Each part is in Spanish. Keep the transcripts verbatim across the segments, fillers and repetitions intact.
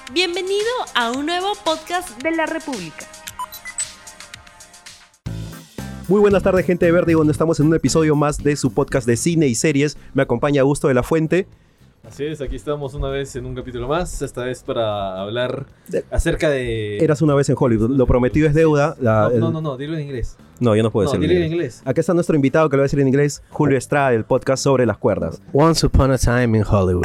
Bienvenido a un nuevo podcast de la República. Muy buenas tardes, gente de Vértigo, donde estamos en un episodio más de su podcast de cine y series. Me acompaña Augusto de la Fuente. Así es, aquí estamos una vez en un capítulo más, esta vez para hablar acerca de... Eras una vez en Hollywood, lo prometido es deuda. La, no, el... no, no, no, dilo en inglés. No, yo no puedo no, decirlo dilo en inglés. Aquí está nuestro invitado que lo va a decir en inglés, Julio Estrada, del podcast Sobre las Cuerdas. Once upon a time in Hollywood.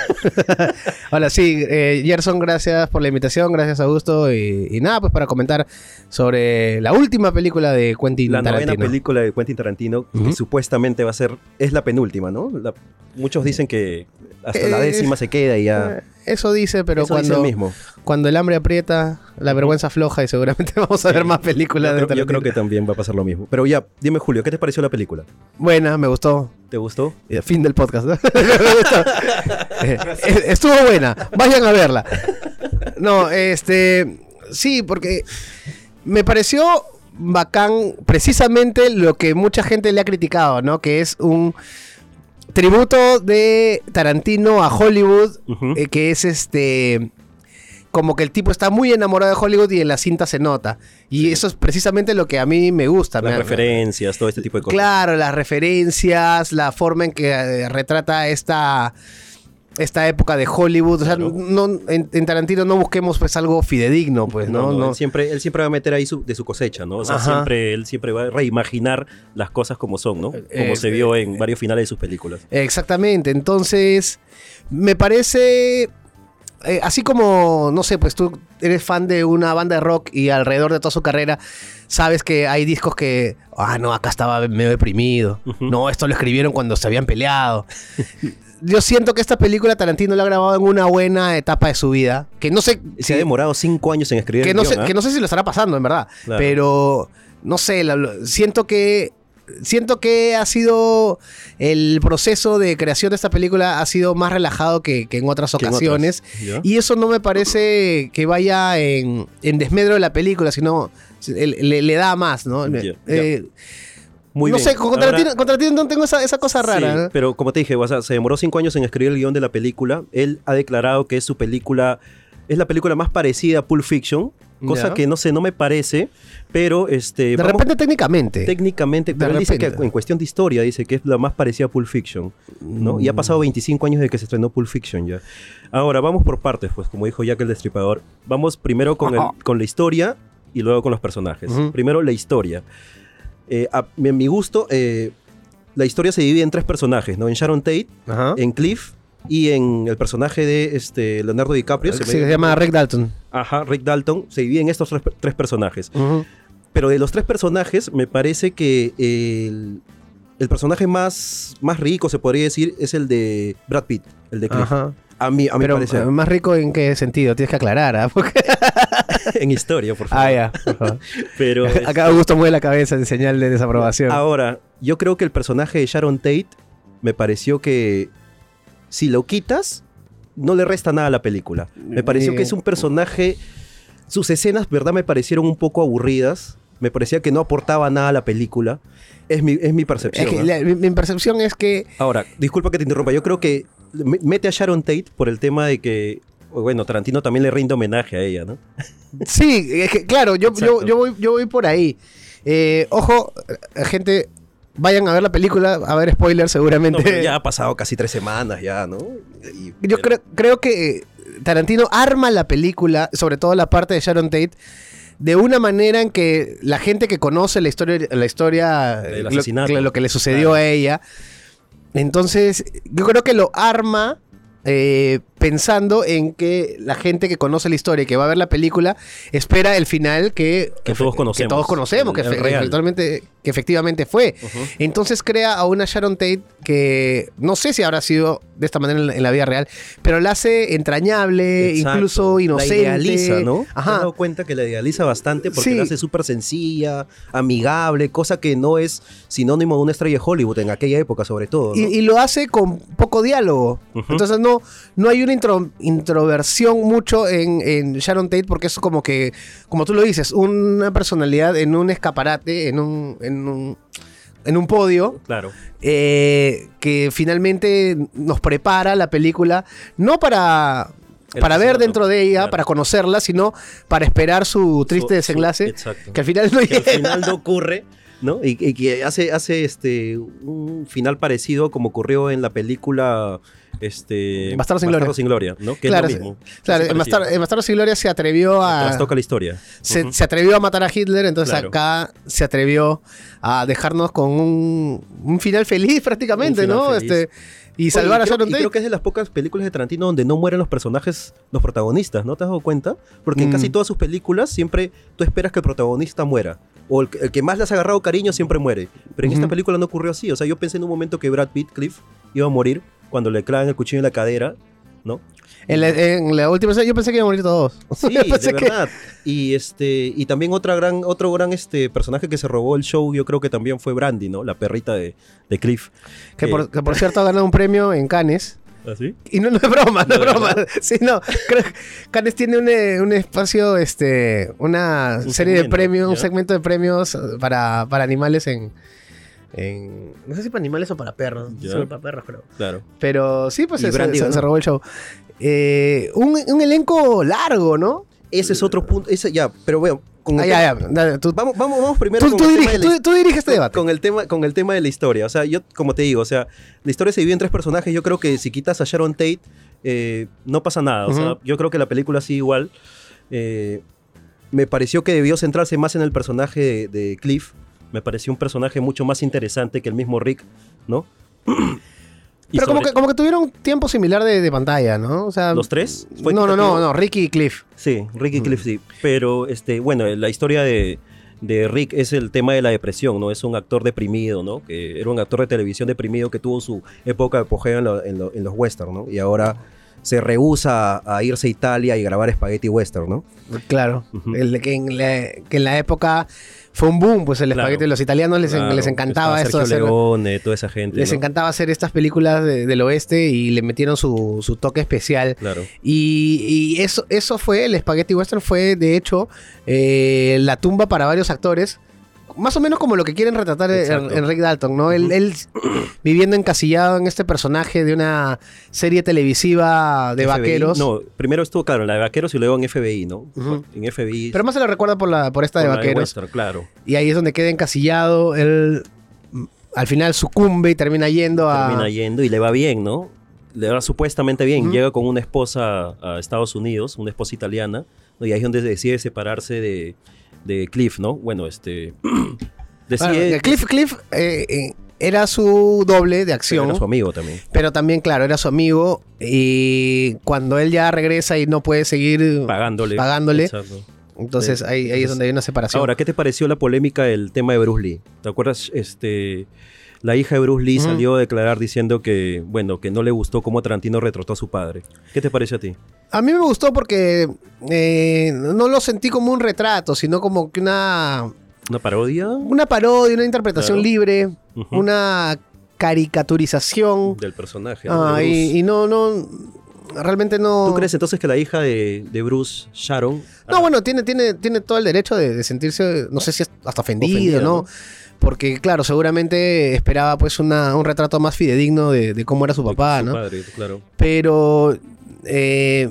Hola, sí, eh, Gerson, gracias por la invitación, gracias Augusto, y, y nada, pues para comentar sobre la última película de Quentin la Tarantino. La novena película de Quentin Tarantino, uh-huh. que supuestamente va a ser, es la penúltima, ¿no? La, muchos dicen que hasta eh, la décima se queda y ya... Eh, eso dice, pero eso cuando, dice el mismo. cuando el hambre aprieta, la vergüenza afloja y seguramente vamos a ver más películas yo de creo, Tarantino. Yo creo que también va a pasar lo mismo. Pero ya, dime Julio, ¿qué te pareció la película? Buena, me gustó. ¿Te gustó? Eh, fin del podcast, ¿no? eh, estuvo buena, vayan a verla. No, este... Sí, porque me pareció bacán precisamente lo que mucha gente le ha criticado, ¿no? Que es un tributo de Tarantino a Hollywood, uh-huh. eh, que es este... como que el tipo está muy enamorado de Hollywood y en la cinta se nota. Y sí. eso es precisamente lo que a mí me gusta. Las me, referencias, todo este tipo de cosas. Claro, las referencias, la forma en que eh, retrata esta... esta época de Hollywood, claro. O sea, no, en, en Tarantino no busquemos pues algo fidedigno, pues, ¿no? no, no, no. Él, siempre, él siempre va a meter ahí su, de su cosecha, ¿no? O sea, siempre, él siempre va a reimaginar las cosas como son, ¿no? Como eh, se vio en eh, varios finales de sus películas. Exactamente, entonces, me parece... Eh, así como, no sé, pues tú eres fan de una banda de rock y alrededor de toda su carrera sabes que hay discos que, ah, no, acá estaba medio deprimido, uh-huh. no, esto lo escribieron cuando se habían peleado. Yo siento que esta película Tarantino la ha grabado en una buena etapa de su vida, que no sé... Se si, ha demorado cinco años en escribir que el no guión, sé, ¿eh? Que no sé si lo estará pasando, en verdad, claro. Pero, no sé, la, siento que... Siento que ha sido el proceso de creación de esta película ha sido más relajado que, que en otras ocasiones. ¿En otras? Y eso no me parece que vaya en, en desmedro de la película, sino le, le, le da más, ¿no? Yeah, eh, yeah. Muy no bien. sé, con Tarantino, Ahora, con Tarantino no tengo esa, esa cosa rara. Sí, ¿no? pero como te dije, o sea, se demoró cinco años en escribir el guión de la película. Él ha declarado que es su película, es la película más parecida a Pulp Fiction. Cosa yeah. que no sé, no me parece, pero este... De vamos, repente técnicamente. Técnicamente, pero él dice que en cuestión de historia, dice que es la más parecida a Pulp Fiction, ¿no? Mm. Y ha pasado veinticinco años desde que se estrenó Pulp Fiction ya. Ahora, vamos por partes, pues, como dijo Jack el Destripador. Vamos primero con, el, con la historia y luego con los personajes. Uh-huh. Primero, la historia. Eh, a, a mi gusto, eh, la historia se divide en tres personajes, ¿no? En Sharon Tate, uh-huh. en Cliff... y en el personaje de este Leonardo DiCaprio. Se, sí, se llama Rick Dalton. Ajá, Rick Dalton. Se divide en estos tres, tres personajes. Uh-huh. Pero de los tres personajes, me parece que el, el personaje más, más rico, se podría decir, es el de Brad Pitt, el de Cliff. Ajá. A mí, a mí Pero, me parece. ¿más rico en qué sentido? Tienes que aclarar, ¿eh? Porque... en historia, por favor. Ah, ya. Uh-huh. Pero acá Augusto mueve la cabeza en señal de desaprobación. Ahora, yo creo que el personaje de Sharon Tate me pareció que... si lo quitas, no le resta nada a la película. Me pareció Bien. que es un personaje... Sus escenas, verdad, me parecieron un poco aburridas. Me parecía que no aportaba nada a la película. Es mi, es mi percepción. Es que ¿eh? la, mi, mi percepción es que... Ahora, disculpa que te interrumpa. Yo creo que mete a Sharon Tate por el tema de que... Bueno, Tarantino también le rinde homenaje a ella, ¿no? Sí, es que, claro, yo, yo, yo, voy, yo voy por ahí. Eh, ojo, gente... Vayan a ver la película, a ver spoilers seguramente. No, pero ya ha pasado casi tres semanas ya, ¿no? Y, Yo creo, creo que Tarantino arma la película, sobre todo la parte de Sharon Tate, de una manera en que la gente que conoce la historia, la historia el asesinato, lo, lo que le sucedió claro. a ella, entonces yo creo que lo arma eh, pensando en que la gente que conoce la historia y que va a ver la película espera el final que, que todos conocemos, que, todos conocemos, el, el que, efectivamente, que efectivamente fue. Uh-huh. Entonces crea a una Sharon Tate que no sé si habrá sido de esta manera en la, en la vida real, pero la hace entrañable, Exacto. incluso inocente. La idealiza, ¿no? Ajá. ¿Te has dado cuenta que la idealiza bastante? Porque sí. la hace súper sencilla, amigable, cosa que no es sinónimo de una estrella de Hollywood en aquella época, sobre todo, ¿no? Y, y lo hace con poco diálogo. Uh-huh. Entonces no, no hay una intro, introversión mucho en, en Sharon Tate, porque es como que, como tú lo dices, una personalidad en un escaparate, en un... En un en un podio, claro. eh, que finalmente nos prepara la película, no para para ver dentro de ella, claro. para conocerla, sino para esperar su triste Su- desenlace, su- exacto. que al final no Que al llega. final no ocurre, ¿no? Y, y que hace, hace este, un final parecido como ocurrió en la película este, Bastardos sin Gloria. sin Gloria, ¿no? Que Claro, es lo mismo. Claro, Así en, parecido. Bastar- en Bastardos sin Gloria se atrevió a... Trastoca la historia. Se, Ujú. se atrevió a matar a Hitler, entonces Claro. acá se atrevió a dejarnos con un, un final feliz prácticamente, Un final ¿no? feliz. Este, y Oye, salvar a creo- Sharon y Tate. creo que es de las pocas películas de Tarantino donde no mueren los personajes, los protagonistas, ¿no te has dado cuenta? Porque en Mm. casi todas sus películas siempre tú esperas que el protagonista muera. O el, que- el que más le has agarrado cariño siempre muere. Pero en Ujú. esta película no ocurrió así. O sea, yo pensé en un momento que Brad Pitt, Cliff, iba a morir cuando le clavan el cuchillo en la cadera, ¿no? En la, en la última escena yo pensé que iban a morir todos. Sí, Yo de pensé que- verdad. Y este y también otra gran otro gran este personaje que se robó el show, yo creo que también fue Brandy, ¿no? La perrita de, de Cliff. Que Eh, por, que por cierto ha ganado un premio en Cannes. ¿Así? Y no, no es broma, no es ¿De broma. verdad? Sí, no. Creo que Cannes tiene un, eh, un espacio, este, una Un serie de segmento, premios, un ¿ya? segmento de premios para, para animales en, en. No sé si para animales o para perros. Ya. Solo para perros, creo. Claro. Pero sí, pues Y se, Brandy se- ganó. se robó el show. Eh, un, un elenco largo, ¿no? Ese es otro punto, ese ya, pero bueno, con Ah, el ya, tema- ya. Dale, tú, Vamos, vamos, vamos primero tú, con tú el tema dirige, de la tú- tú diriges este con- debate. Con el tema, con el tema de la historia. O sea, yo, como te digo, o sea, la historia se divide en tres personajes. Yo creo que si quitas a Sharon Tate, eh, no pasa nada. O sea, Ujú. yo creo que la película sigue igual. Eh, me pareció que debió centrarse más en el personaje de, de Cliff. Me pareció un personaje mucho más interesante que el mismo Rick, ¿no? Y Pero como sobre- que, como que tuvieron tiempo similar de, de pantalla, ¿no? O sea, ¿Los tres? ¿Fue No, no, no, equitativo? no, Ricky y Cliff. Sí, Rick y Cliff sí. Pero, este, bueno, la historia de, de Rick es el tema de la depresión, ¿no? Es un actor deprimido, ¿no? Que era un actor de televisión deprimido que tuvo su época de apogeo en, lo- en lo- en los western, ¿no? Y ahora se rehúsa a, a irse a Italia y grabar spaghetti western, ¿no? Claro. Ujú. El, que, en la, que en la época fue un boom, pues el Claro. espagueti. Los italianos les, en- Claro, les encantaba estaba esto de Sergio hacer. Leone, toda esa gente, Les ¿no? encantaba hacer estas películas de- del oeste y le metieron su, su toque especial. Claro. Y, y eso, eso fue, el Spaghetti Western fue, de hecho, eh, la tumba para varios actores. Más o menos como lo que quieren retratar en, Exacto. en Rick Dalton, ¿no? Él, él viviendo encasillado en este personaje de una serie televisiva de F B I, vaqueros. No, primero estuvo, claro, en la de vaqueros y luego en F B I, ¿no? Ujú. En F B I. Pero más se lo recuerda por, la, por esta de con la vaqueros. western, claro. Y ahí es donde queda encasillado. Él mm, al final sucumbe y termina yendo a. Termina yendo y le va bien, ¿no? Le va supuestamente bien. Ujú. Llega con una esposa a Estados Unidos, una esposa italiana, ¿no? Y ahí es donde decide separarse de, de Cliff, ¿no? Bueno, este... Bueno, decide... Cliff, Cliff eh, eh, era su doble de pero acción. era su amigo también. Pero también, claro, era su amigo. Y cuando él ya regresa y no puede seguir Pagándole. pagándole, Exacto. entonces Sí. ahí, ahí es Entonces, donde hay una separación. Ahora, ¿qué te pareció la polémica del tema de Bruce Lee? ¿Te acuerdas? Este... La hija de Bruce Lee Ujú. salió a declarar diciendo que, bueno, que no le gustó cómo Tarantino retrató a su padre. ¿Qué te parece a ti? A mí me gustó porque eh, no lo sentí como un retrato, sino como que una, ¿Una parodia? una parodia, una interpretación Claro. libre, Ujú. una caricaturización. Del personaje. ¿no? Ah, De y, Bruce. y no, no, realmente no... ¿Tú crees entonces que la hija de, de Bruce, Sharon... No, ah, bueno, tiene, tiene, tiene todo el derecho de, de sentirse, no sé si hasta ofendido, Ofendida, ¿no? ¿no? Porque, claro, seguramente esperaba pues una, un retrato más fidedigno de, de cómo era su de papá, su ¿no? padre, claro. Pero eh,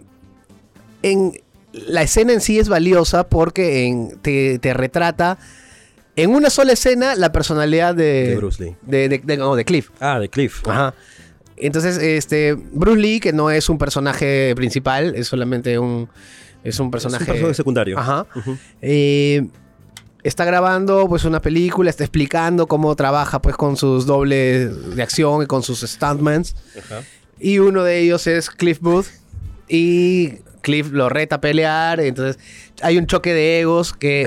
en, la escena en sí es valiosa porque en, te, te retrata en una sola escena la personalidad de, De Bruce Lee. de, de- de- no, de Cliff. Ah, de Cliff. Ajá. Entonces, este, Bruce Lee, que no es un personaje principal, es solamente un, es un personaje... Es un personaje secundario. Ajá. Ujú. Eh, está grabando pues una película, está explicando cómo trabaja pues con sus dobles de acción y con sus stuntmans. Ajá. Y uno de ellos es Cliff Booth. Y Cliff lo reta a pelear. Entonces hay un choque de egos que...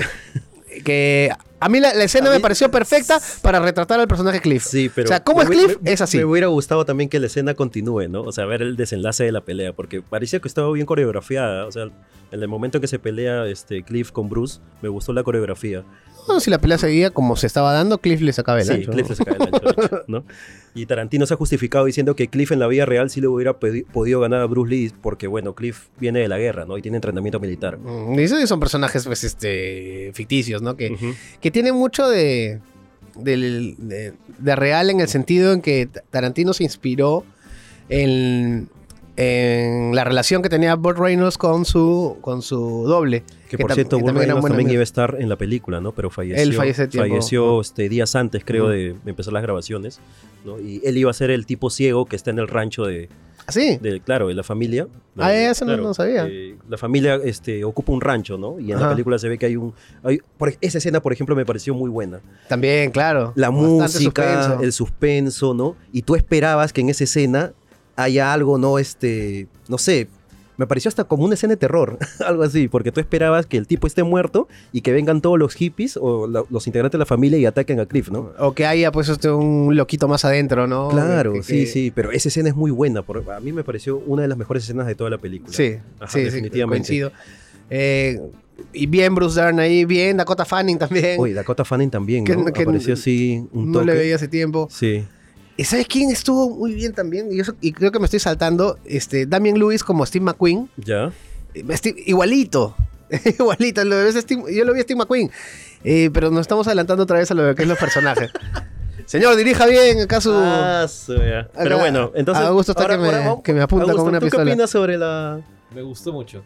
que a mí la, la escena A me mí- pareció perfecta para retratar al personaje Cliff. Sí, pero... O sea, ¿cómo es me- Cliff? me- Es así. Me hubiera gustado también que la escena continúe, ¿no? O sea, ver el desenlace de la pelea, porque parecía que estaba bien coreografiada. O sea, en el momento que se pelea este, Cliff con Bruce, me gustó la coreografía. No, si la pelea seguía como se estaba dando, Cliff le sacaba el Sí, ancho, Cliff ¿no? le saca el ancho, de hecho, ¿no? Y Tarantino se ha justificado diciendo que Cliff en la vida real sí le hubiera pedi- podido ganar a Bruce Lee, porque, bueno, Cliff viene de la guerra, ¿no? Y tiene entrenamiento militar. Mm, y esos son personajes pues este ficticios, ¿no? Que, Ujú. que tienen mucho de, del- de, de real en el sentido en que Tarantino se inspiró en, en la relación que tenía Burt Reynolds con su, con su doble. Que por tam- cierto, que Burt también era Reynolds buen también amigo. iba a estar en la película, ¿no? Pero falleció. Él falleció a tiempo. Falleció este, días antes, creo, Ujú. de empezar las grabaciones, ¿no? Y él iba a ser el tipo ciego que está en el rancho de, ¿Ah, sí? de claro, de la familia. Ah, Eh, eso no- no sabía. eh, la familia este, ocupa un rancho, ¿no? Y en Ajá. la película se ve que hay un... Hay, por, esa escena, por ejemplo, me pareció muy buena. También, claro. La Bastante música, suspenso. el suspenso, ¿no? Y tú esperabas que en esa escena haya algo, ¿no? Este, no sé, me pareció hasta como una escena de terror, algo así, porque tú esperabas que el tipo esté muerto y que vengan todos los hippies o la- los integrantes de la familia y ataquen a Cliff, ¿no? O que haya pues este, un loquito más adentro, ¿no? Claro, Que- sí, que- sí, pero esa escena es muy buena, por- a mí me pareció una de las mejores escenas de toda la película. Sí, Ajá, sí, sí, definitivamente. coincido. Eh, y bien Bruce Dern ahí, bien Dakota Fanning también. Oye, Dakota Fanning también, Que- ¿no? que Apareció así un no toque. le veía hace tiempo. Sí. ¿Y sabes quién estuvo muy bien también? Y, eso, y creo que me estoy saltando. Este, Damian Lewis como Steve McQueen. ¿Ya? Eh, Steve- igualito. igualito. Lo ves a Steve- yo lo vi a Steve McQueen. Eh, pero nos estamos adelantando otra vez a lo que es los personajes. Señor, dirija bien acá su... Ah, su- ya. Pero acá- bueno, entonces... Augusto está que me- vamos- que me apunta Augusto, con una ¿tú pistola. qué opinas sobre la...? Me gustó mucho.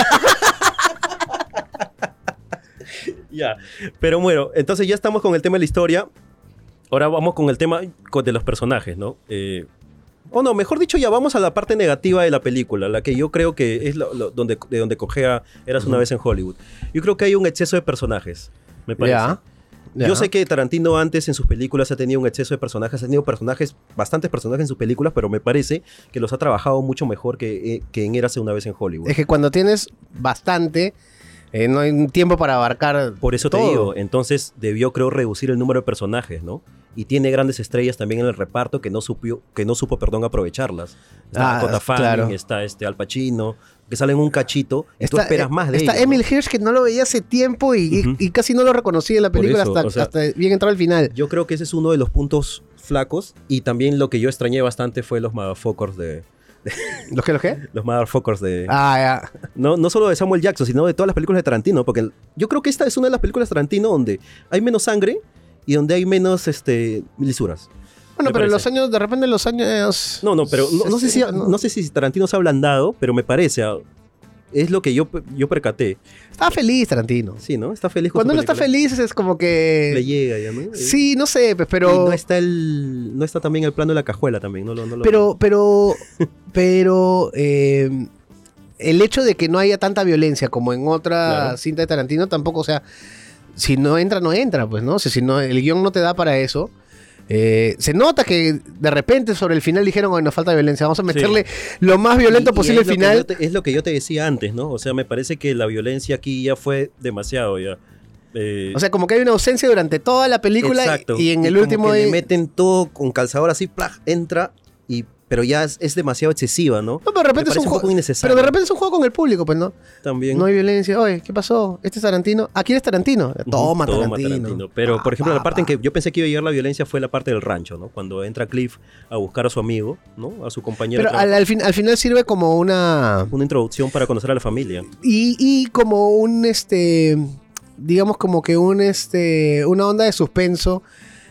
Ya, pero bueno, entonces ya estamos con el tema de la historia. Ahora vamos con el tema co- de los personajes, ¿no? Eh, o no, mejor dicho, ya vamos a la parte negativa de la película, la que yo creo que es lo- lo- donde, de donde cojea Eras una Ujú. vez en Hollywood. Yo creo que hay un exceso de personajes, me parece. Ya, ya. Yo sé que Tarantino antes en sus películas ha tenido un exceso de personajes, ha tenido personajes, bastantes personajes en sus películas, pero me parece que los ha trabajado mucho mejor que, eh, que en Érase una vez en Hollywood. Es que cuando tienes bastante, eh, no hay tiempo para abarcar Por eso todo. te digo, entonces debió, creo, reducir el número de personajes, ¿no? Y tiene grandes estrellas también en el reparto que no supo, que no supo, perdón, aprovecharlas. Está Ah, Dakota Fanning, claro. está este Al Pacino, que salen un cachito y tú Está, esperas eh, más de Está ellos, ¿no? Emil Hirsch, que no lo veía hace tiempo y, y- Ujú. y casi no lo reconocí en la Por película eso, hasta, o sea, hasta bien entrado al final. Yo creo que ese es uno de los puntos flacos y también lo que yo extrañé bastante fue los motherfuckers de... ¿Los qué, los qué? Los motherfuckers de... Ah, ya. No, no solo de Samuel Jackson, sino de todas las películas de Tarantino, porque el- yo creo que esta es una de las películas de Tarantino donde hay menos sangre y donde hay menos este, lisuras. Bueno, Me pero parece. los años, de repente los años... No, no, pero no, no sé si, sesenta, no sé si Tarantino se ha ablandado, pero me parece, ah, es lo que yo, yo percaté. Estaba feliz Tarantino. Sí, ¿no? Está feliz con Cuando su uno está película. feliz es como que... Le llega ya, ¿no? Sí, no sé, pues, Y pero... no está el, no está también el plano de la cajuela también, no lo, no lo- Pero, pero, pero... eh, el hecho de que no haya tanta violencia como en otra Claro. cinta de Tarantino tampoco, o sea... Si no entra, no entra, pues, ¿no? O sea, si no, el guión no te da para eso... Eh, se nota que de repente sobre el final dijeron, "Oye, nos falta violencia, vamos a meterle lo más violento Y- y posible es al lo que final". yo te- es lo que yo te decía antes, ¿no? O sea, me parece que la violencia aquí ya fue demasiado ya. Eh, O sea, como que hay una ausencia durante toda la película exacto. y en el como último... que le ahí- meten todo con calzador así, ¡plaj! Entra y... Pero ya es, es demasiado excesiva, ¿no? No, pero de repente Me es un parece un juego... poco innecesario. Pero de repente es un juego con el público, pues, ¿no? También. No hay violencia. Oye, ¿qué pasó? ¿Este es Tarantino? ¿Ah, quién es Tarantino? Ujú, Toma, Tarantino. Pero, Pa, por ejemplo, pa, la parte en pa. que yo pensé que iba a llegar la violencia fue la parte del rancho, ¿no? Cuando entra Cliff a buscar a su amigo, ¿no? A su compañero. Pero de al, trabajo. al fin- al final sirve como una... Una introducción para conocer a la familia. Y, y como un, este... Digamos como que un, este... Una onda de suspenso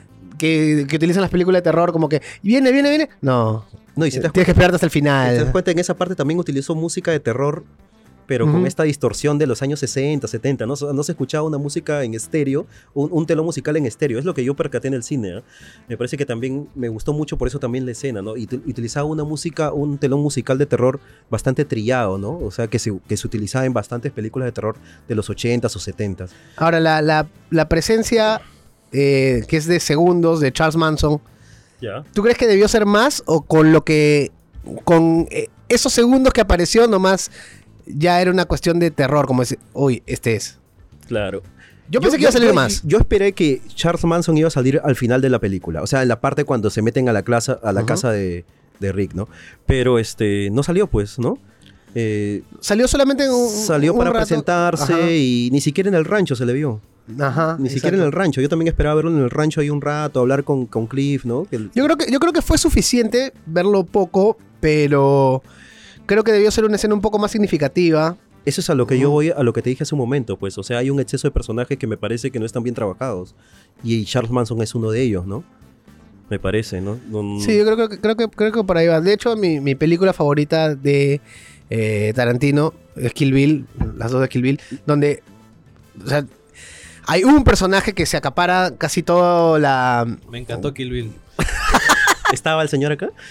que, que utilizan las películas de terror, como que... Viene, viene, viene. No. No, y si te das Tienes que esperarte hasta el Te das final. cuenta, en esa parte también utilizó música de terror, pero Ujú. con esta distorsión de los años sesenta, setenta, ¿no? No se escuchaba una música en estéreo, un, un telón musical en estéreo. Es lo que yo percaté en el cine, ¿eh? Me parece que también me gustó mucho por eso también la escena, ¿no? Y tu- utilizaba una música, un telón musical de terror bastante trillado, ¿no? O sea, que se, que se utilizaba en bastantes películas de terror de los ochentas o setentas. Ahora, la, la, la presencia eh, que es de segundos de Charles Manson, ¿Ya? ¿tú crees que debió ser más o con lo que... con eh, esos segundos que apareció nomás ya era una cuestión de terror, como decir, uy, este es? Claro. Yo pensé que iba a salir yo- más. Yo esperé que Charles Manson iba a salir al final de la película. O sea, en la parte cuando se meten a la, clase, a la Ujú. casa de, de Rick, ¿no? Pero este no salió, pues, ¿no? Eh, Salió solamente en un salió un para rato. presentarse Ajá. y ni siquiera en el rancho se le vio. Ajá, Ni siquiera en el exacto. rancho. Yo también esperaba verlo en el rancho ahí un rato, hablar con, con Cliff, ¿no? Que el- Yo creo que yo creo que fue suficiente verlo poco, pero creo que debió ser una escena un poco más significativa. Eso es a lo que yo Ujú. voy, a lo que te dije hace un momento, pues. O sea, hay un exceso de personajes que me parece que no están bien trabajados. Y Charles Manson es uno de ellos, ¿no? me parece, ¿no? no Sí, yo creo que, creo que, creo que por ahí va. De hecho, mi, mi película favorita de eh, Tarantino es Kill Bill, las dos de Kill Bill, donde, o sea, hay un personaje que se acapara casi toda la... Me encantó Kill Bill. ¿Estaba el señor acá?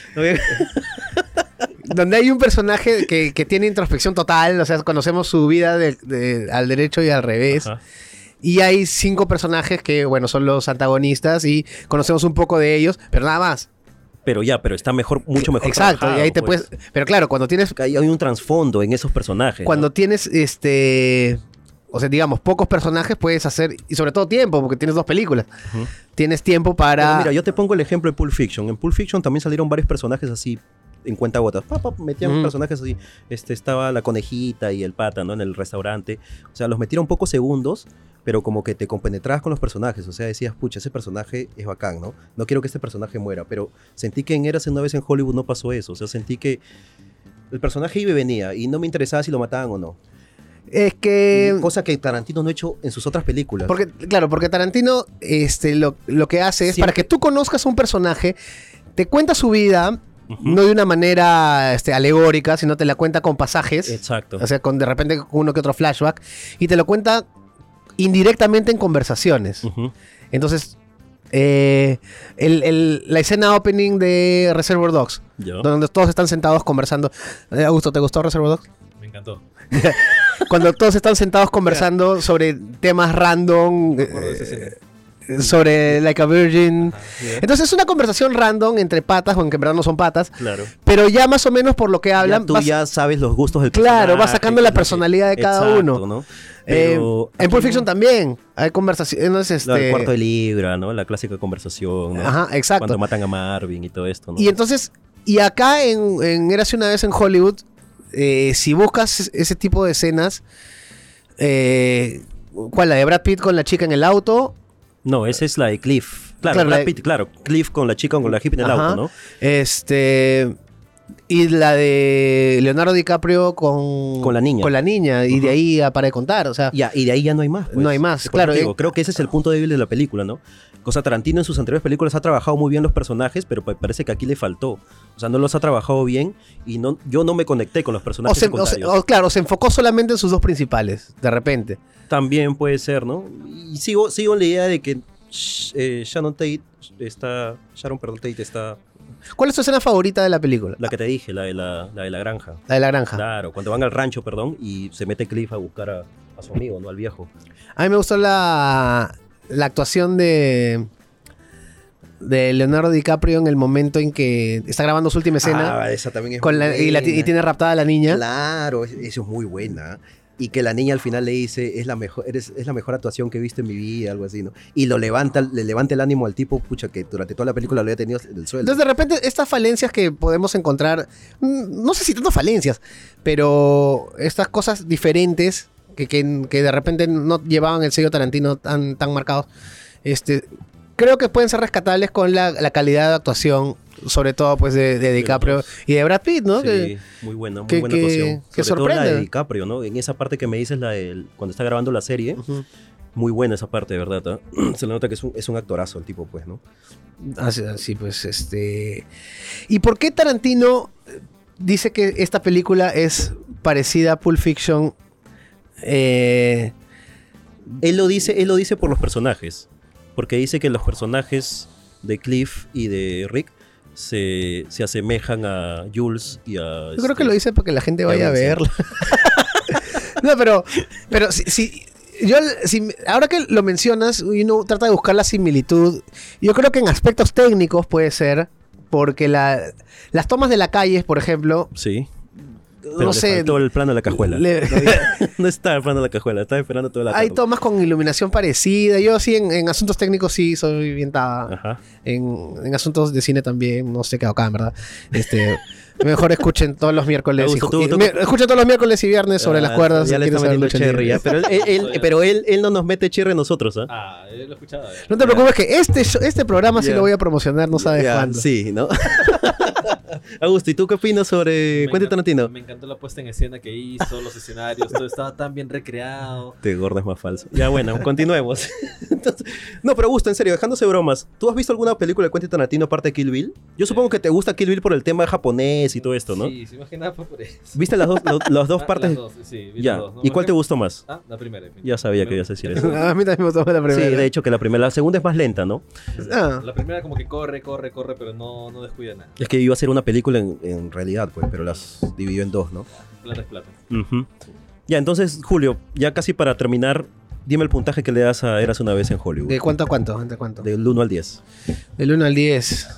Donde hay un personaje que, que tiene introspección total, o sea, conocemos su vida de, de, al derecho y al revés. Ajá. Y hay cinco personajes que, bueno, son los antagonistas y conocemos un poco de ellos, pero nada más. Pero ya, pero está mejor, mucho mejor. Exacto, y ahí te pues. puedes... Pero claro, cuando tienes... Hay, hay un trasfondo en esos personajes. Cuando ¿no? tienes, este... O sea, digamos, pocos personajes puedes hacer... Y sobre todo tiempo, porque tienes dos películas. Uh-huh. Tienes tiempo para... Pero mira, yo te pongo el ejemplo de Pulp Fiction. En Pulp Fiction también salieron varios personajes así... en cuentagotas, pa, pa, metían mm. personajes así, este, estaba la conejita y el pata, ¿no? En el restaurante, o sea, los metieron pocos segundos, pero como que te compenetrabas con los personajes, o sea, decías, pucha, ese personaje es bacán, ¿no? No quiero que este personaje muera, pero sentí que en Érase una vez en Hollywood no pasó eso, o sea, sentí que el personaje iba y venía, y no me interesaba si lo mataban o no. Es que... Y cosa que Tarantino no ha hecho en sus otras películas. Porque, claro, porque Tarantino este, lo, lo que hace es, siempre, para que tú conozcas a un personaje, te cuenta su vida... Uh-huh. No de una manera este, alegórica, sino te la cuenta con pasajes. Exacto. O sea, con de repente con uno que otro flashback. Y te lo cuenta indirectamente en conversaciones. Uh-huh. Entonces, eh, el, el, la escena opening de Reservoir Dogs, ¿yo? Donde todos están sentados conversando. Eh, Augusto, ¿te gustó Reservoir Dogs? Me encantó. Cuando todos están sentados conversando sobre temas random. Eh, sobre Like a Virgin. Ajá, yeah. Entonces es una conversación random entre patas, aunque en verdad no son patas. Claro. Pero ya más o menos por lo que hablan. Ya tú vas, ya sabes los gustos del personaje. Claro, vas sacando la personalidad de cada exacto, uno. ¿no? Pero eh, en Pulp Fiction también hay conversaciones. Este... No, el cuarto de libra, ¿no? La clásica conversación, ¿no? Ajá, exacto. Cuando matan a Marvin y todo esto, ¿no? Y entonces, y acá en, en Érase una vez en Hollywood, eh, si buscas ese tipo de escenas, eh, ¿cuál? La de Brad Pitt con la chica en el auto. No, esa es la de Cliff. Claro, claro, Brad Pitt, de... claro. Cliff con la chica con la hippie en el Ajá. auto, ¿no? Este... Y la de Leonardo DiCaprio con... Con la niña. Con la niña. Y uh-huh. de ahí para de contar, o sea... Ya, y de ahí ya no hay más. Pues. No hay más, claro. Digo, eh... Creo que ese es el punto débil de la película, ¿no? O sea, Tarantino en sus anteriores películas ha trabajado muy bien los personajes, pero parece que aquí le faltó. O sea, no los ha trabajado bien y no, yo no me conecté con los personajes o se, secundarios. O se, o, claro, se enfocó solamente en sus dos principales, de repente. También puede ser, ¿no? Y sigo, sigo en la idea de que eh, Sharon Tate está... Sharon, perdón, Tate está... ¿Cuál es tu escena favorita de la película? La que te dije, la de la, la de la granja. La de la granja. Claro, cuando van al rancho, perdón, y se mete Cliff a buscar a, a su amigo, ¿no? Al viejo. A mí me gustó la... La actuación de, de Leonardo DiCaprio en el momento en que está grabando su última escena. Ah, esa también es con muy la, buena. Y, la, y tiene raptada a la niña. Claro, eso es muy buena. Y que la niña al final le dice, es la mejor, eres, es la mejor actuación que he visto en mi vida, algo así, ¿no? Y lo levanta, le levanta el ánimo al tipo, pucha, que durante toda la película lo había tenido en el suelo. Entonces, de repente, estas falencias que podemos encontrar, no sé si tanto falencias, pero estas cosas diferentes Que, que, que de repente no llevaban el sello Tarantino tan, tan marcados, este, creo que pueden ser rescatables con la, la calidad de actuación, sobre todo pues de, de DiCaprio y de Brad Pitt, ¿no? Sí, que, muy buena, muy que, buena que, actuación. Que sobre sorprende. todo la de DiCaprio, ¿no? En esa parte que me dices, la de cuando está grabando la serie, uh-huh. muy buena esa parte, de verdad. ¿eh? Se le nota que es un, es un actorazo el tipo, pues, ¿no? Así, así pues, este... ¿Y por qué Tarantino dice que esta película es parecida a Pulp Fiction? Eh... Él lo dice, él lo dice por los personajes, porque dice que los personajes de Cliff y de Rick se, se asemejan a Jules y a... Yo este, creo que lo dice para que la gente vaya a verla. No, pero, pero si, si, yo, si, ahora que lo mencionas, uno trata de buscar la similitud. Yo creo que en aspectos técnicos puede ser, porque la, las tomas de la calle, por ejemplo... Sí. Pero no le sé. faltó el plano de la cajuela. Le... No está el plano de la cajuela, estaba esperando toda la tarde. Hay tomas con iluminación parecida. Yo sí, en, en asuntos técnicos sí soy bien tada. En, en asuntos de cine también, no sé qué acá, en verdad. Este, mejor escuchen todos los miércoles. Y, tú, tú, tú, escuchen todos los miércoles y viernes sobre ah, las cuerdas. Ya le está metiendo cherry, ya. Pero, él, él, pero él, él no nos mete cherry a nosotros, ¿eh? Ah, yo lo he escuchado. Ya. No te preocupes que este, este programa yeah. sí lo voy a promocionar, no sabes yeah, cuándo. Sí, ¿no? Augusto, ¿y tú qué opinas sobre Quentin Tarantino? Me encantó la puesta en escena que hizo, los escenarios, todo estaba tan bien recreado. Te gordo es más falso. Ya bueno, continuemos. Entonces, no, pero Augusto, en serio, dejándose bromas, ¿tú has visto alguna película de Quentin Tarantino aparte de Kill Bill? Yo supongo que te gusta Kill Bill por el tema japonés y todo esto, ¿no? Sí, sí, más que nada fue por eso. ¿Viste las dos, lo- las dos Ah, partes? las dos, sí, vi Ya. las dos, ¿no? ¿Y cuál te gustó más? Ah, la primera. Ya sabía que ibas a decir eso. A mí también me gustó más la primera. Sí, de hecho que la primera, la segunda es más lenta, ¿no? Ah. La primera como que corre, corre, corre, pero no, no descuida nada. Es que iba a ser una película en, en realidad, pues, pero las dividió en dos, ¿no? Plata es plata. Ujú. Ya, entonces, Julio, ya casi para terminar, dime el puntaje que le das a Eras una vez en Hollywood. ¿De cuánto a cuánto? ¿De cuánto? Del uno al diez. Del uno al diez.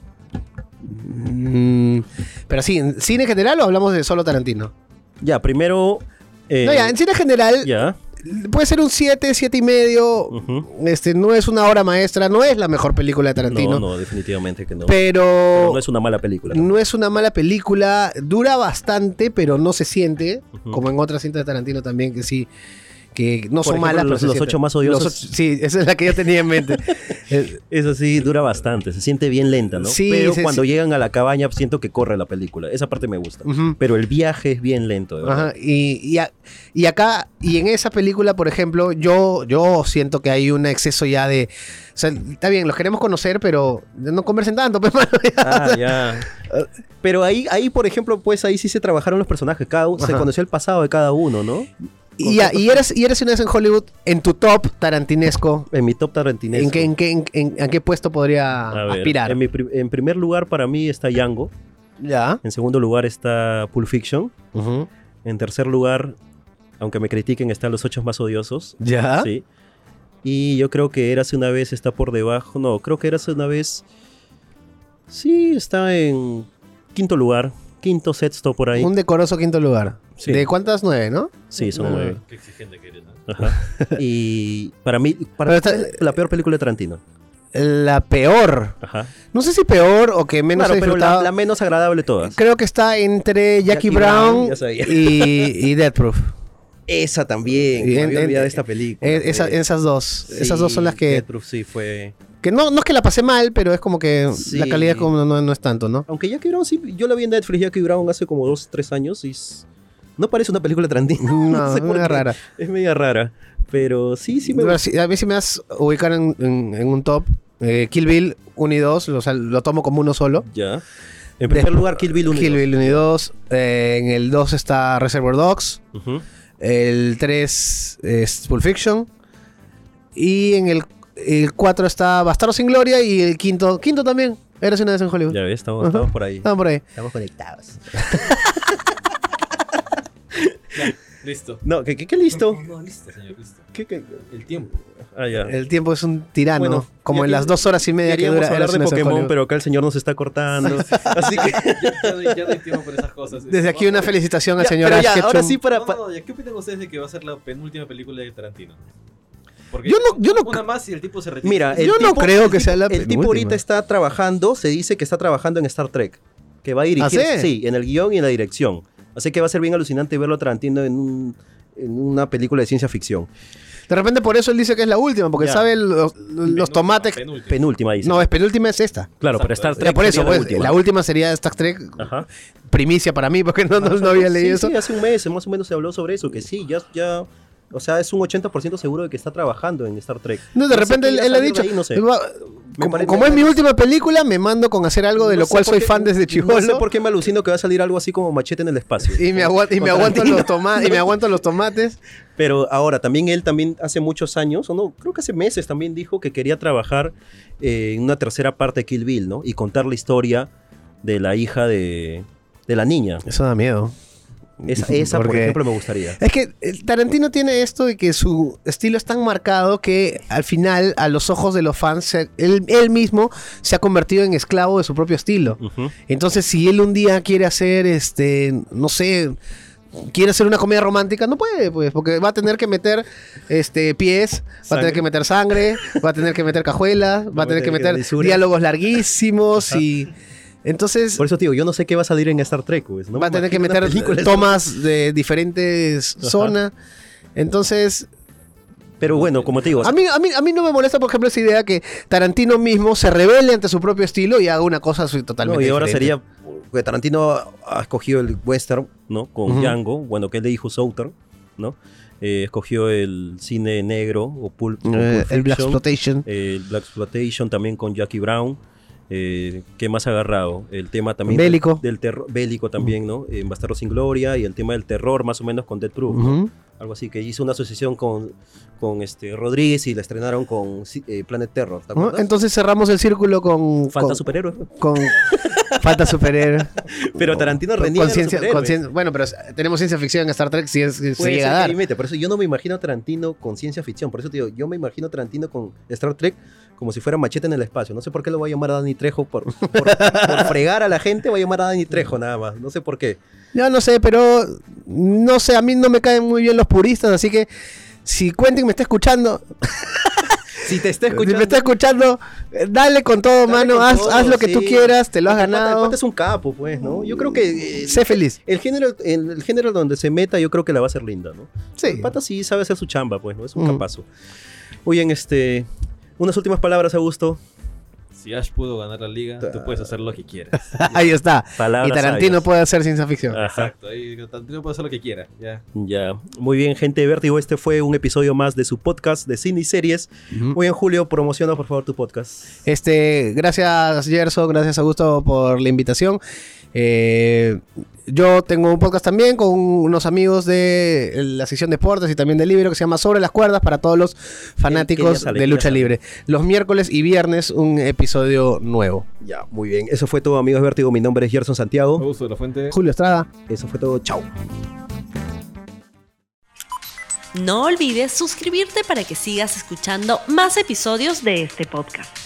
Mm, pero sí, ¿en cine general o hablamos de solo Tarantino? Ya, primero... eh, No, ya, en cine general Ya. puede ser un siete, siete y medio. Ujú. Este, no es una obra maestra, no es la mejor película de Tarantino. No, no, definitivamente que no. Pero, Pero no es una mala película. no es una mala película. Dura bastante, pero no se siente. Ujú. Como en otras cintas de Tarantino también, que sí. Que no Por son ejemplo, malas, pero los- se los sienten. ocho más odiosos. Los ocho- sí, esa es la que yo tenía en mente. Eh, Eso sí, dura bastante. Se siente bien lenta, ¿no? Sí, Pero se- cuando sí. llegan a la cabaña siento que corre la película. Esa parte me gusta. Ujú. Pero el viaje es bien lento, de verdad. Ajá, y, y, a- y acá, y en esa película, por ejemplo, yo, yo siento que hay un exceso ya de... O sea, está bien, los queremos conocer, pero no conversen tanto, pues, mano, ya. Ah, ya. Pero ahí, ahí, por ejemplo, pues ahí sí se trabajaron los personajes. Cada uno, se Ajá. conoció el pasado de cada uno, ¿no? Y, ya, y, eres, y eres una vez en Hollywood, en tu top tarantinesco, En mi top tarantinesco. ¿en qué, en, qué, en, en- ¿a qué puesto podría A ver, aspirar? En, mi pri- en primer lugar, para mí está Django. Ya. En segundo lugar está Pulp Fiction. Ujú. En tercer lugar, aunque me critiquen, están Los Ocho Más Odiosos. Ya. Sí. Y yo creo que Érase una vez está por debajo. No, creo que Érase una vez. Sí, está en quinto lugar. Quinto, sexto por ahí. Un decoroso quinto lugar. Sí. ¿De cuántas? Nueve, ¿no? Sí, son Ah. nueve. Qué exigente que eres, ¿no? Ajá. Y para mí, para Pero mí, está- la peor película de Tarantino. La peor. Ajá. No sé si peor o que menos Claro, he pero disfrutado. la, la menos agradable de todas. Creo que está entre Jackie, Jackie Brown, Brown, ya sabía. y, y Death Proof. Esa también. Y Me en- había en- olvidado de esta película. Eh, esa- pues. esas dos. Sí, esas dos son las que... Death Proof sí fue... que no, no es que la pasé mal, pero es como que Sí. la calidad como no, no es tanto, ¿no? Aunque Jackie Brown sí, yo la vi en Netflix, Jackie Brown hace como dos, tres años y es- no parece una película de Tarantino. No, sé es por media qué. rara. Es media rara. Pero sí, sí me Pero gusta. sí, a mí sí me das ubicar en, en- en un top. Eh, Kill Bill uno y dos, o sea, lo tomo como uno solo. Ya. En primer Después- lugar, Kill Bill uno y Kill dos. Bill uno y dos. Eh, en el dos está Reservoir Dogs. Ujú. El tres es Pulp Fiction. Y en el, el cuatro está Bastardo sin Gloria. Y el quinto, quinto también. Eres una vez en Hollywood. Ya ves, estamos, Ajá. estamos por ahí. Estamos por ahí. Estamos conectados. Ya, listo. No, ¿qué, qué, qué listo? No, listo, señor, listo. ¿Qué, qué? El tiempo. Ah, ya. El tiempo es un tirano. Bueno, como ya en que- las dos horas y media que Queríamos dura hablar Eras de una vez en Pokémon, Hollywood. pero acá el señor nos está cortando. Así que... Ya, ya doy, ya doy tiempo por esas cosas. Desde aquí una felicitación al Ya, señor pero Ash ya, Ketchum. ahora sí para... No, pa- no, ya, ¿qué opinan ustedes de que va a ser la penúltima película de Tarantino? Porque Yo no- yo no- una más y el tipo se retira. Mira, el Yo no tipo- creo el que tipo- sea la El tipo penúltima. ahorita está trabajando, se dice que está trabajando en Star Trek. Que va a dirigir, ¿Ah, sí? sí, en el guión y en la dirección. Así que va a ser bien alucinante verlo a Tarantino en, un- en una película de ciencia ficción. De repente por eso él dice que es la última, porque Ya. sabe los, los Penúltima, tomates. penúltima. Penúltima, dice. No, es penúltima es esta. claro, pero Exacto. Star Ya Trek por eso, sería pues, la última. la última sería Star Trek, Ajá. primicia para mí, porque no, no, no había leído sí, eso. Sí, hace un mes más o menos se habló sobre eso, que sí, ya, ya, o sea, es un ochenta por ciento seguro de que está trabajando en Star Trek. No, de sé repente qué él, irá a él ha salir de dicho, ahí, no sé. "Va- Me como, parece- como es mi última película, me mando con hacer algo de No lo sé cual por soy qué- fan desde No chivolo. sé por qué me alucino que va a salir algo así como Machete en el espacio. Y me, agua- y me Con aguanto Tarantino. los tomates. Y me aguanto los tomates. Pero ahora, también él también hace muchos años, o no, creo que hace meses también dijo que quería trabajar eh, en una tercera parte de Kill Bill, ¿no? Y contar la historia de la hija de, de la niña. Eso da miedo. Esa, esa por Porque- ejemplo, me gustaría. Es que el Tarantino tiene esto de que su estilo es tan marcado que al final, a los ojos de los fans, se- él, él mismo se ha convertido en esclavo de su propio estilo. Ujú. Entonces, si él un día quiere hacer, este, no sé, quiere hacer una comedia romántica, no puede, pues, porque va a tener que meter este, pies, va a Sangre. tener que meter sangre, va a tener que meter cajuelas, va a tener que meter lisuras. diálogos larguísimos y... Entonces... Por eso, tío, yo no sé qué va a salir en Star Trek, pues. ¿no? va a tener que Imagino una meter película de- tomas de diferentes Ajá. zonas. Entonces, Pero bueno, como te digo, a mí, a, mí, a mí no me molesta, por ejemplo, esa idea que Tarantino mismo se revele ante su propio estilo y haga una cosa su- totalmente no, y ahora diferente. sería que Tarantino ha escogido el western, ¿no? Con Ujú. Django, bueno, que es de Hijo Souter, ¿no? Eh, escogió el cine negro o pulp, uh, Pulp el Blaxploitation. El Blaxploitation también con Jackie Brown. Eh, ¿Qué más ha agarrado? El tema también bélico. del, del terror, bélico también, ¿no? En Bastardo sin Gloria, y el tema del terror más o menos con Death Proof, ¿no? Uh-huh. Algo así, que hizo una asociación con, con este Rodríguez y la estrenaron con eh, Planet Terror, ¿te acuerdas? Entonces cerramos el círculo con... Falta con, superhéroe. Con... Falta superhéroe. Pero Tarantino reniega con ciencia, de los con ciencia, bueno, pero tenemos ciencia ficción en Star Trek si, es, si se llega a dar. Mete, por eso yo no me imagino a Tarantino con ciencia ficción. Por eso te digo, yo me imagino a Tarantino con Star Trek como si fuera Machete en el espacio. No sé por qué lo voy a llamar a Danny Trejo. Por, por, por fregar a la gente voy a llamar a Danny Trejo nada más. No sé por qué. Yo no sé, pero no sé, a mí no me caen muy bien los puristas, así que si Quentin me está escuchando... Si te está escuchando, si me está escuchando, dale con todo, dale mano, con haz, todo, haz lo que sí. tú quieras, te lo has ganado. El pata es un capo, pues, ¿no? Yo creo que... Eh, sé feliz. El género, el, el género donde se meta, yo creo que la va a hacer linda, ¿no? Sí. El pata sí sabe hacer su chamba, pues, ¿no? Es un mm. capazo. Oye, este... Unas últimas palabras, Augusto. Si Ash pudo ganar la liga, tú puedes hacer lo que quieras. Ahí está. Palabras y Tarantino sabias. puede hacer ciencia ficción. Ajá. Exacto. Ahí Tarantino puede hacer lo que quiera. Ya. Ya. Muy bien, gente de Vértigo. Este fue un episodio más de su podcast de cine y series. Uh-huh. Muy bien, Julio. Promociona, por favor, tu podcast. Este, gracias, Gerson. Gracias, Augusto, por la invitación. Eh, yo tengo un podcast también con unos amigos de la sección de deportes y también del libro que se llama Sobre las Cuerdas para todos los fanáticos sale, de lucha libre. Los miércoles y viernes un episodio nuevo. Ya, muy bien. Eso fue todo, amigos de Vértigo. Mi nombre es Gerson Santiago. Augusto de la Fuente. Julio Estrada. Eso fue todo. Chao. No olvides suscribirte para que sigas escuchando más episodios de este podcast.